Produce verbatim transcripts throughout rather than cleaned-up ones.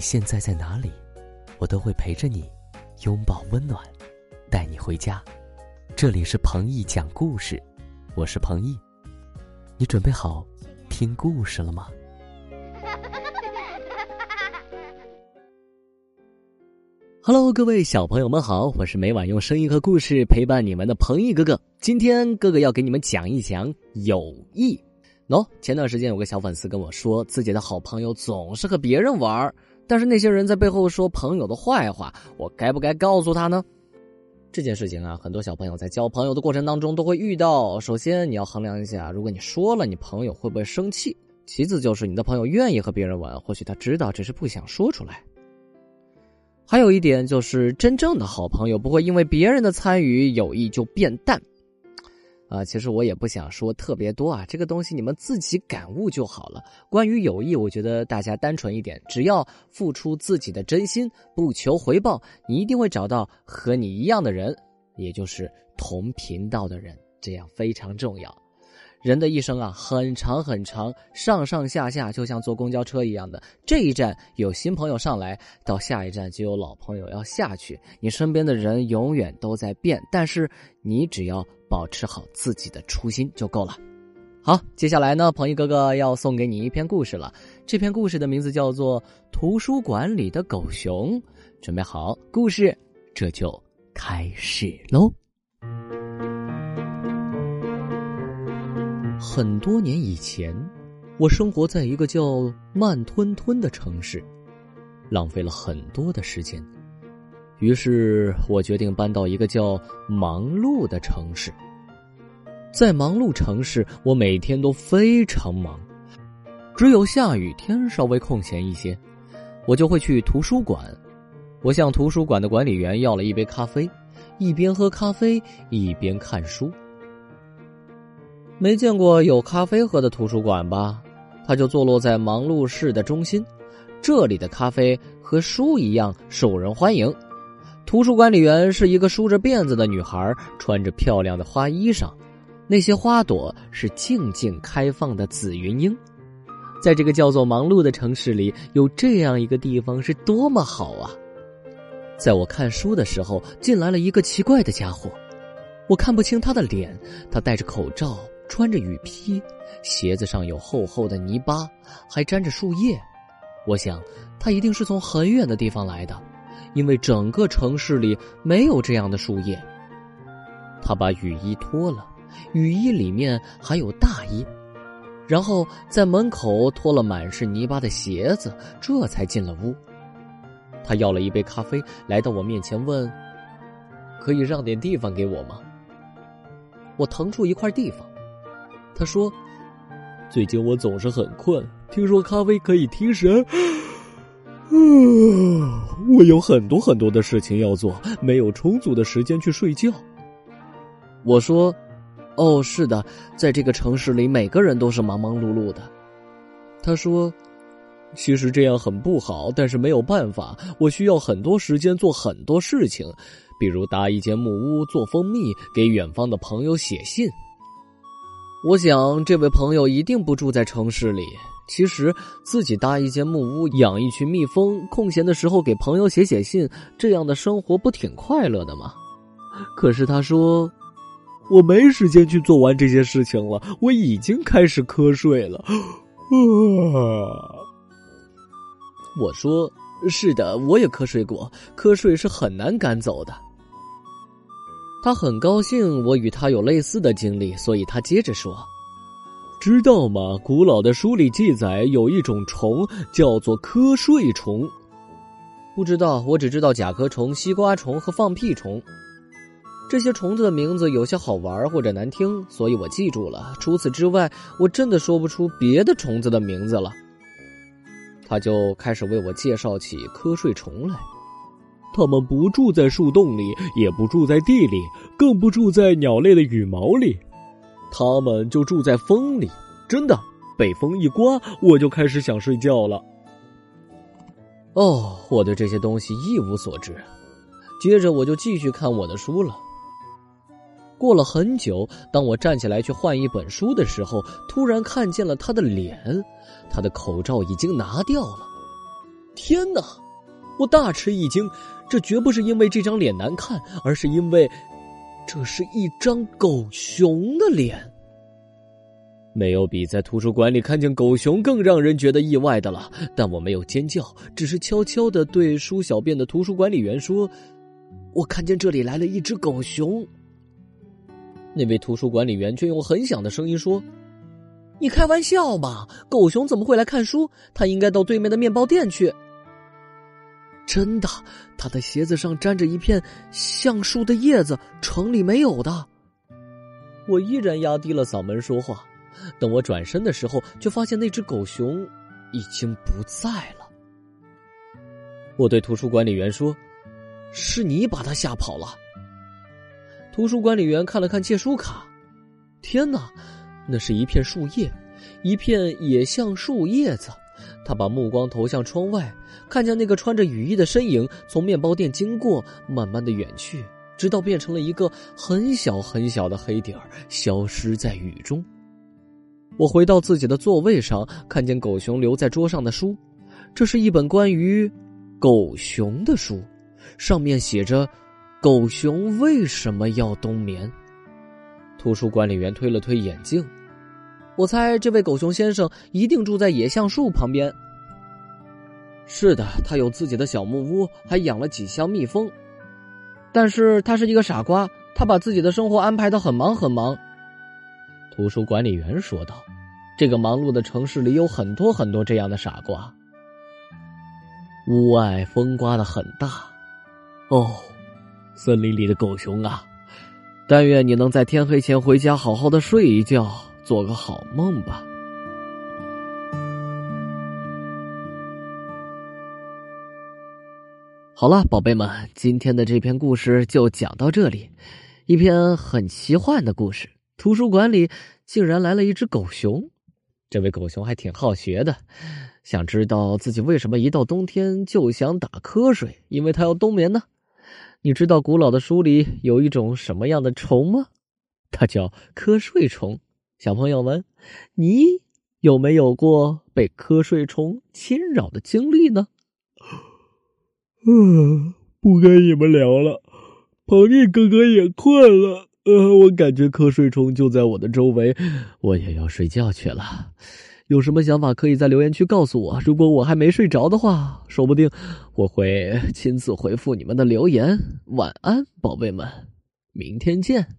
现在在哪里，我都会陪着你，拥抱温暖，带你回家。这里是彭毅讲故事，我是彭毅，你准备好听故事了吗？Hello， 各位小朋友们好，我是每晚用声音和故事陪伴你们的彭毅哥哥。今天哥哥要给你们讲一讲友谊。喏、no, 前段时间有个小粉丝跟我说，自己的好朋友总是和别人玩，但是那些人在背后说朋友的坏话，我该不该告诉他呢？这件事情啊，很多小朋友在交朋友的过程当中都会遇到。首先你要衡量一下，如果你说了，你朋友会不会生气？其次就是你的朋友愿意和别人玩，或许他知道，只是不想说出来。还有一点就是，真正的好朋友不会因为别人的参与，友谊就变淡。啊，其实我也不想说特别多啊，这个东西你们自己感悟就好了。关于友谊，我觉得大家单纯一点，只要付出自己的真心，不求回报，你一定会找到和你一样的人，也就是同频道的人，这样非常重要。人的一生啊，很长很长，上上下下就像坐公交车一样的，这一站有新朋友上来，到下一站就有老朋友要下去。你身边的人永远都在变，但是你只要保持好自己的初心就够了。好，接下来呢，彭毅哥哥要送给你一篇故事了。这篇故事的名字叫做《图书馆里的狗熊》。准备好，故事这就开始喽。很多年以前，我生活在一个叫慢吞吞的城市，浪费了很多的时间。于是我决定搬到一个叫忙碌的城市。在忙碌城市，我每天都非常忙，只有下雨天稍微空闲一些，我就会去图书馆。我向图书馆的管理员要了一杯咖啡，一边喝咖啡一边看书。没见过有咖啡喝的图书馆吧？它就坐落在忙碌市的中心，这里的咖啡和书一样受人欢迎。图书管理员是一个梳着辫子的女孩，穿着漂亮的花衣裳，那些花朵是静静开放的紫云英。在这个叫做忙碌的城市里，有这样一个地方是多么好啊！在我看书的时候，进来了一个奇怪的家伙，我看不清他的脸，他戴着口罩，穿着雨披，鞋子上有厚厚的泥巴，还沾着树叶。我想他一定是从很远的地方来的，因为整个城市里没有这样的树叶。他把雨衣脱了，雨衣里面还有大衣，然后在门口脱了满是泥巴的鞋子，这才进了屋。他要了一杯咖啡，来到我面前问：可以让点地方给我吗？我腾出一块地方。他说：最近我总是很困，听说咖啡可以提神。我有很多很多的事情要做，没有充足的时间去睡觉。我说：哦，是的，在这个城市里每个人都是忙忙碌碌的。他说：其实这样很不好，但是没有办法，我需要很多时间做很多事情，比如搭一间木屋，做蜂蜜，给远方的朋友写信。我想这位朋友一定不住在城市里，其实自己搭一间木屋，养一群蜜蜂，空闲的时候给朋友写写信，这样的生活不挺快乐的吗？可是他说，我没时间去做完这些事情了，我已经开始瞌睡了。我说，是的，我也瞌睡过，瞌睡是很难赶走的。他很高兴我与他有类似的经历，所以他接着说，知道吗？古老的书里记载有一种虫叫做瞌睡虫。不知道，我只知道甲壳虫、西瓜虫和放屁虫。这些虫子的名字有些好玩或者难听，所以我记住了。除此之外，我真的说不出别的虫子的名字了。他就开始为我介绍起瞌睡虫来。它们不住在树洞里，也不住在地里，更不住在鸟类的羽毛里，它们就住在风里。真的，北风一刮，我就开始想睡觉了。哦，我对这些东西一无所知。接着我就继续看我的书了。过了很久，当我站起来去换一本书的时候，突然看见了他的脸，他的口罩已经拿掉了。 天哪！我大吃一惊，这绝不是因为这张脸难看，而是因为这是一张狗熊的脸。没有比在图书馆里看见狗熊更让人觉得意外的了，但我没有尖叫，只是悄悄地对梳小辫的图书管理员说：“我看见这里来了一只狗熊。”那位图书管理员却用很响的声音说：“你开玩笑吧？狗熊怎么会来看书？他应该到对面的面包店去。”真的，他的鞋子上沾着一片橡树的叶子，城里没有的。我依然压低了嗓门说话。等我转身的时候，却发现那只狗熊已经不在了。我对图书管理员说：“是你把它吓跑了。”图书管理员看了看借书卡，天哪，那是一片树叶，一片野橡树叶子。他把目光投向窗外，看见那个穿着雨衣的身影从面包店经过，慢慢的远去，直到变成了一个很小很小的黑点儿，消失在雨中。我回到自己的座位上，看见狗熊留在桌上的书，这是一本关于狗熊的书，上面写着狗熊为什么要冬眠。图书管理员推了推眼镜，我猜这位狗熊先生一定住在野橡树旁边。是的，他有自己的小木屋，还养了几箱蜜蜂。但是他是一个傻瓜，他把自己的生活安排得很忙很忙。图书管理员说道，这个忙碌的城市里有很多很多这样的傻瓜。屋外风刮得很大，哦，森林里的狗熊啊，但愿你能在天黑前回家好好的睡一觉，做个好梦吧。好了，宝贝们，今天的这篇故事就讲到这里。一篇很奇幻的故事，图书馆里竟然来了一只狗熊。这位狗熊还挺好学的，想知道自己为什么一到冬天就想打瞌睡，因为它要冬眠呢？你知道古老的书里有一种什么样的虫吗？它叫瞌睡虫。小朋友们，你有没有过被瞌睡虫侵扰的经历呢？嗯，不跟你们聊了，庞尼哥哥也困了。呃，我感觉瞌睡虫就在我的周围，我也要睡觉去了。有什么想法可以在留言区告诉我，如果我还没睡着的话，说不定我会亲自回复你们的留言。晚安，宝贝们，明天见。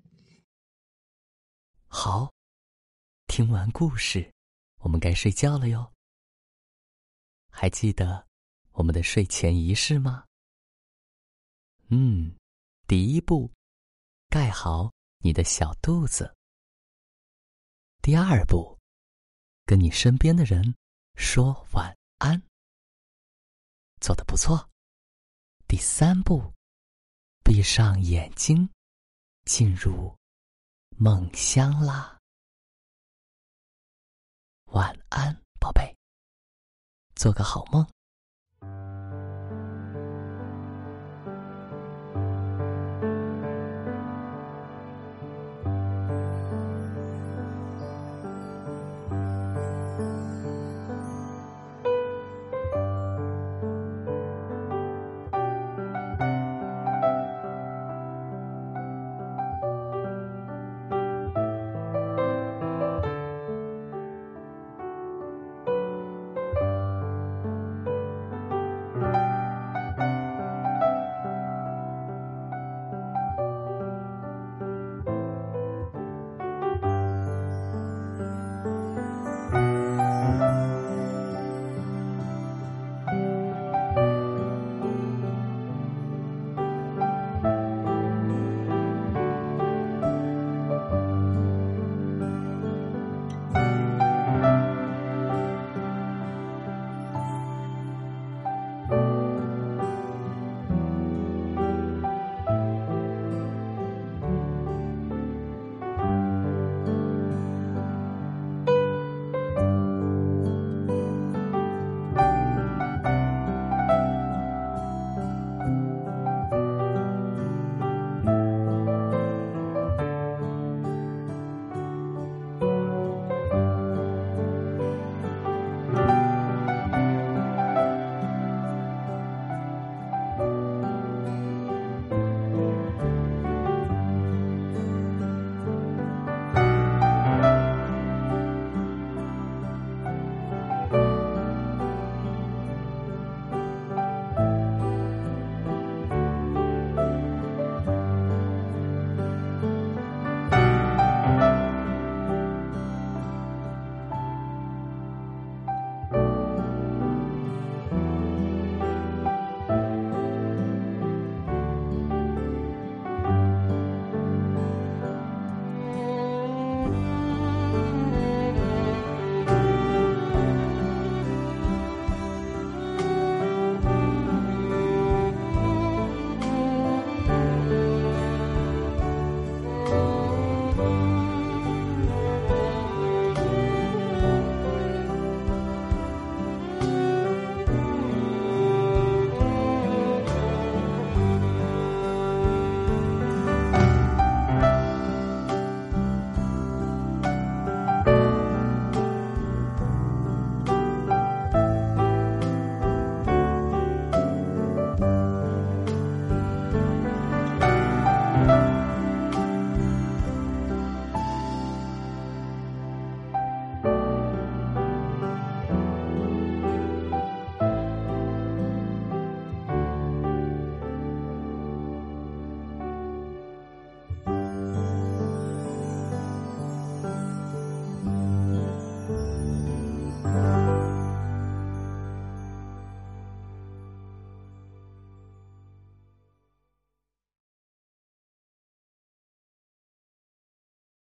好，听完故事，我们该睡觉了哟。还记得我们的睡前仪式吗？嗯，第一步，盖好你的小肚子。第二步，跟你身边的人说晚安。做得不错。第三步，闭上眼睛，进入梦乡啦。晚安，宝贝，做个好梦。